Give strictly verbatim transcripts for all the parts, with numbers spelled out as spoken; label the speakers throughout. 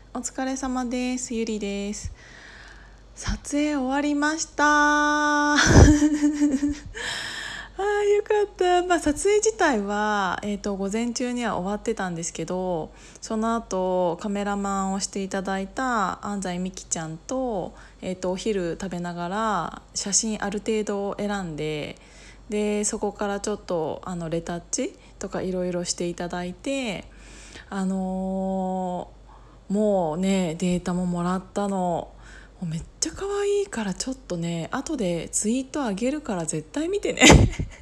Speaker 1: お疲れ様です。ゆりです。撮影終わりましたあーよかった、まあ、撮影自体は、えーと、午前中には終わってたんですけど、その後カメラマンをしていただいた安西美希ちゃんと、えーと、お昼食べながら写真ある程度選んで、でそこからちょっとあのレタッチとかいろいろしていただいて、あのーもうねデータももらったの。もうめっちゃ可愛いからちょっとね後でツイートあげるから絶対見てね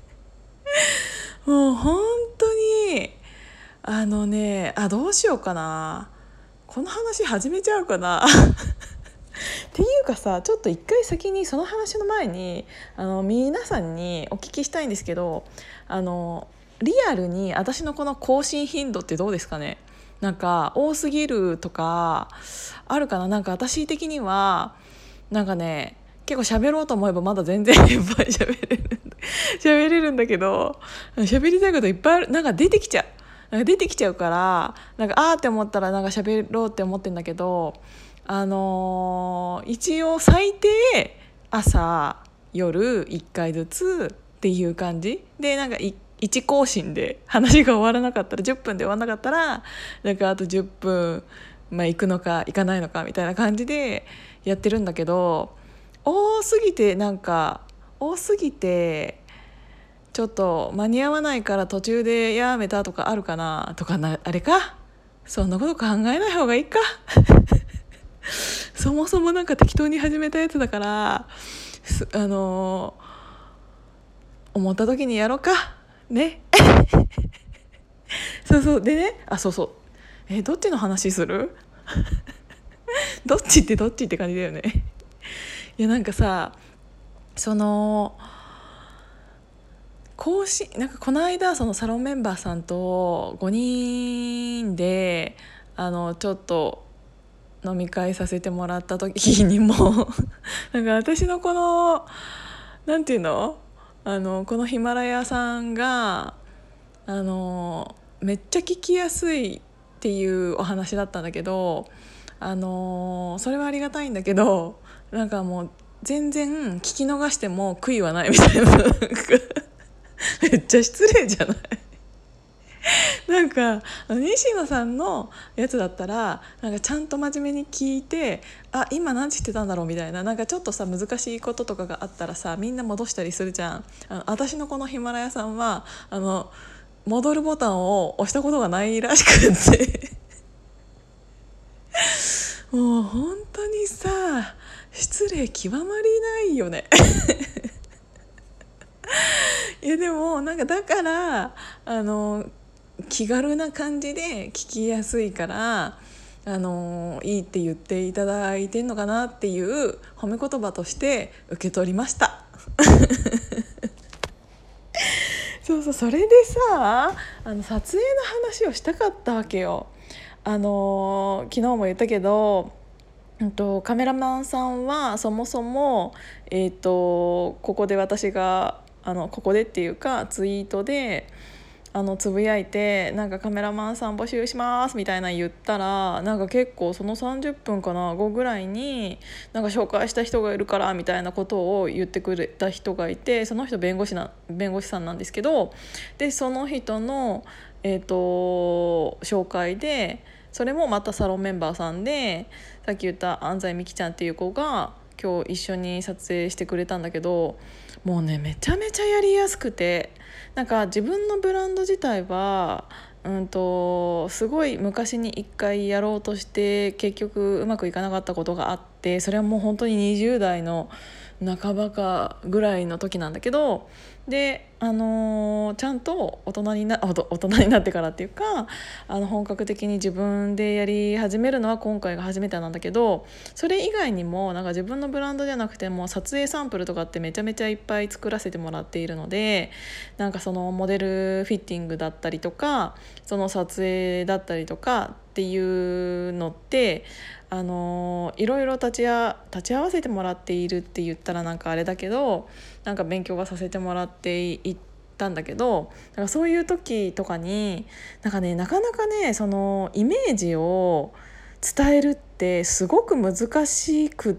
Speaker 1: もう本当にあのねあどうしようかな、この話始めちゃうかなっていうかさ、ちょっと一回先にその話の前にあの皆さんにお聞きしたいんですけど、あのリアルに私のこの更新頻度ってどうですかね。なんか多すぎるとかあるかな。なんか私的にはなんかね結構喋ろうと思えばまだ全然いっぱい喋れるんだ喋れるんだけど、喋りたいこといっぱいある、なんか出てきちゃうなんか出てきちゃうから、なんかあーって思ったらなんか喋ろうって思ってんだけど、あのー一応最低朝夜いっかいずつっていう感じで、なんかいいち更新で話が終わらなかったらじゅっぷんで終わらなかったらなんかあとじゅっぷん、まあ、行くのか行かないのかみたいな感じでやってるんだけど、多すぎてなんか多すぎてちょっと間に合わないから途中でやめたとかあるかなとかな、あれか、そんなこと考えない方がいいかそもそもなんか適当に始めたやつだから、あのー思った時にやろうかねそうそうでね、あそうそう、えどっちの話するどっちってどっちって感じだよねいやなんかさ、その講師なんかこの間そのサロンメンバーさんとごにんであのちょっと飲み会させてもらった時にもなんか私のこのなんていうのあのこのヒマラヤさんがあのめっちゃ聞きやすいっていうお話だったんだけど、あのそれはありがたいんだけど、なんかもう全然聞き逃しても悔いはないみたいなめっちゃ失礼じゃないなんか西野さんのやつだったらなんかちゃんと真面目に聞いて、あ今何て言ってたんだろうみたいな、なんかちょっとさ難しいこととかがあったらさみんな戻したりするじゃん。あの私のこのヒマラヤさんはあの戻るボタンを押したことがないらしくってもう本当にさ失礼極まりないよねいやでもなんかだからあの気軽な感じで聞きやすいからあのいいって言っていただいてんのかなっていう褒め言葉として受け取りましたそうそう、それでさあの撮影の話をしたかったわけよ。あの昨日も言ったけど、うんと、カメラマンさんはそもそも、えーと、ここで私があのここでっていうかツイートであのつぶやいてなんかカメラマンさん募集しますみたいな言ったら、なんか結構そのさんじゅっぷんかな後ぐらいになんか紹介した人がいるからみたいなことを言ってくれた人がいて、その人弁護士な弁護士さんなんですけど、でその人の、えーと、紹介でそれもまたサロンメンバーさんでさっき言った安西美希ちゃんっていう子が今日一緒に撮影してくれたんだけど、もうねめちゃめちゃやりやすくて、なんか自分のブランド自体はうんとすごい昔にいっかいやろうとして結局うまくいかなかったことがあって、それはもう本当ににじゅう代の半ばかぐらいの時なんだけど、で、あのーちゃんと大人にな大人になってからっていうかあの本格的に自分でやり始めるのは今回が初めてなんだけど、それ以外にもなんか自分のブランドじゃなくても撮影サンプルとかってめちゃめちゃいっぱい作らせてもらっているので、なんかそのモデルフィッティングだったりとかその撮影だったりとかっていうのってあのいろいろ立ちあ立ち会わせてもらっているって言ったらなんかあれだけど、なんか勉強はさせてもらっていったんだけど、なんかそういう時とかになんかねなかなかねそのイメージを伝えるってすごく難しくって、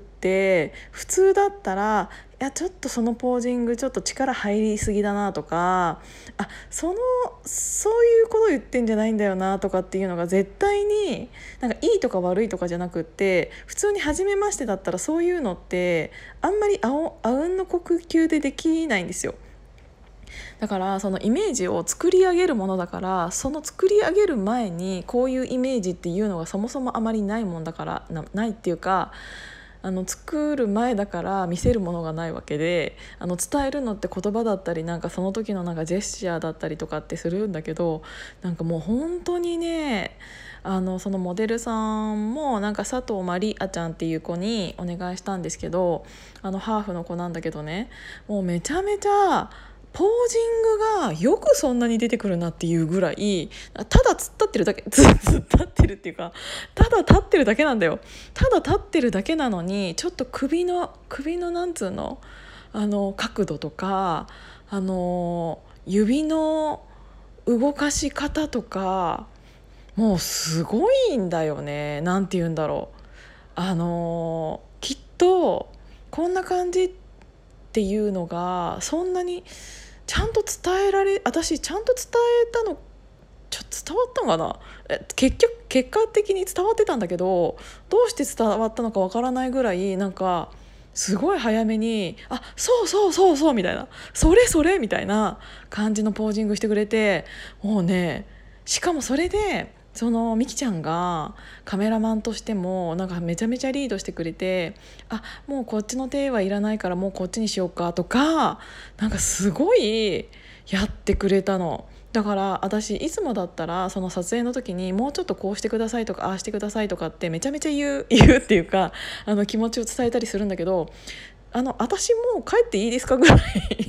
Speaker 1: 普通だったらいやちょっとそのポージングちょっと力入りすぎだなとか、あそのそういうこと言ってんじゃないんだよなとかっていうのが絶対になんかいいとか悪いとかじゃなくって、普通に初めましてだったらそういうのってあんまりあおあうんの呼吸でできないんですよ。だからそのイメージを作り上げるものだから、その作り上げる前にこういうイメージっていうのがそもそもあまりないもんだから、 な, ないっていうか、あの作る前だから見せるものがないわけで、あの伝えるのって言葉だったりなんかその時のなんかジェスチャーだったりとかってするんだけど、なんかもう本当にね、あのそのモデルさんもなんか佐藤まりあちゃんっていう子にお願いしたんですけど、あのハーフの子なんだけどね、もうめちゃめちゃポージングがよくそんなに出てくるなっていうぐらい、ただ突っ立ってるだけ突っ立ってるっていうか、ただ立ってるだけなんだよ。ただ立ってるだけなのに、ちょっと首の首のなんつうの、あの角度とか、あの指の動かし方とかもうすごいんだよね。なんて言うんだろう、あのきっとこんな感じっていうのがそんなにちゃんと伝えられ、私ちゃんと伝えたの、ちょっと伝わったのかな、え結局結果的に伝わってたんだけど、どうして伝わったのかわからないぐらい、なんかすごい早めにあそうそうそうそうみたいな、それそれみたいな感じのポージングしてくれて、もうね、しかもそれでそのみきちゃんがカメラマンとしてもなんかめちゃめちゃリードしてくれて、あもうこっちの手はいらないからもうこっちにしようかとか、なんかすごいやってくれたの。だから私いつもだったらその撮影の時にもうちょっとこうしてくださいとかああしてくださいとかってめちゃめちゃ言う言うっていうか、あの気持ちを伝えたりするんだけど、あの私もう帰っていいですかぐらい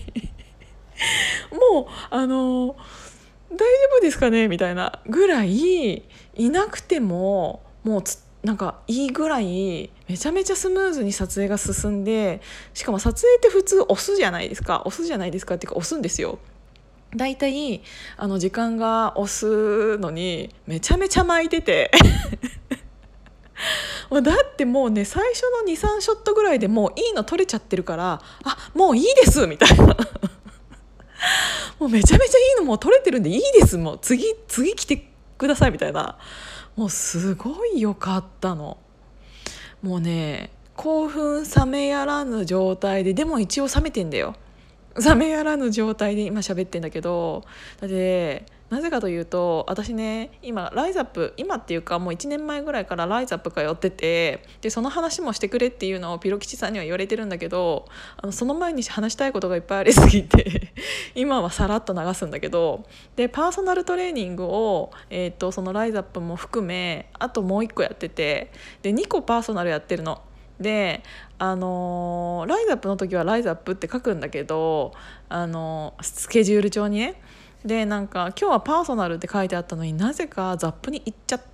Speaker 1: もうあの大丈夫ですかねみたいなぐらい、いなくてももうつなんかいいぐらいめちゃめちゃスムーズに撮影が進んで、しかも撮影って普通押すじゃないですか押すじゃないですかっていうか押すんですよ。だいたいあの時間が押すのにめちゃめちゃ巻いててだってもうね、最初の にさん ショットぐらいでもういいの撮れちゃってるから、あもういいですみたいなもうめちゃめちゃいいのもう撮れてるんでいいです、もう次次来てくださいみたいな、もうすごい良かったの。もうね興奮冷めやらぬ状態で、でも一応冷めてんだよ、冷めやらぬ状態で今喋ってんだけど、だってなぜかというと、私ね今ライザップ、今っていうかもういちねんまえぐらいからライザップ通ってて、でその話もしてくれっていうのをピロ吉さんには言われてるんだけど、あのその前に話したいことがいっぱいありすぎて今はさらっと流すんだけど、でパーソナルトレーニングを、えー、とそのライザップも含めあともういっこやってて、でにこパーソナルやってるので、あのーライザップの時はライザップって書くんだけど、あのースケジュール帳にね、でなんか今日はパーソナルって書いてあったのになぜかザップに行っちゃって、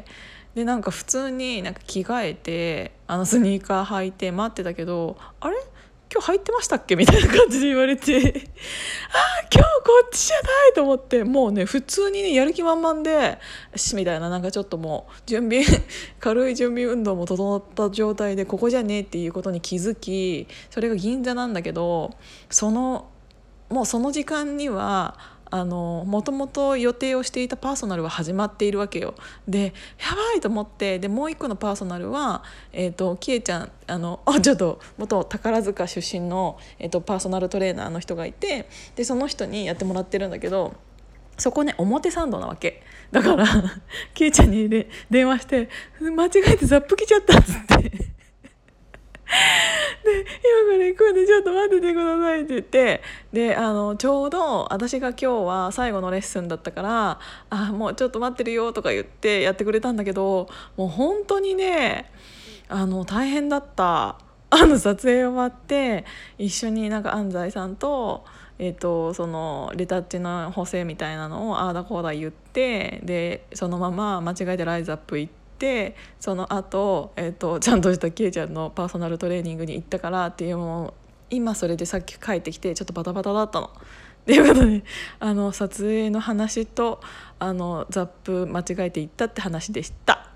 Speaker 1: でなんか普通になんか着替えてあのスニーカー履いて待ってたけど、あれ今日入ってましたっけみたいな感じで言われてあー今日こっちじゃないと思って、もうね普通にねやる気満々でよしみたいな、なんかちょっともう準備軽い準備運動も整った状態でここじゃねえっていうことに気づき、それが銀座なんだけど、そのもうその時間にはあのもともと予定をしていたパーソナルは始まっているわけよ。でやばいと思って、でもう一個のパーソナルは、えー、とキエちゃんあのあちょっと元宝塚出身の、えー、とパーソナルトレーナーの人がいて、でその人にやってもらってるんだけど、そこね表参道なわけだからキエちゃんにで電話して間違えてザップ来ちゃったっつってで今から行くんでちょっと待っててくださいって言って、であのちょうど私が今日は最後のレッスンだったからあもうちょっと待ってるよとか言ってやってくれたんだけど、もう本当にねあの大変だった。あの撮影終わって一緒になんか安西さんと、えー、とそのレタッチの補正みたいなのをああだこうだ言って、でそのまま間違えてライズアップ行って、でその後、えーとちゃんとしたケイちゃんのパーソナルトレーニングに行ったからっていうのを今それでさっき帰ってきてちょっとバタバタだったの。っていうことであの撮影の話とあのザップ間違えて行ったって話でした。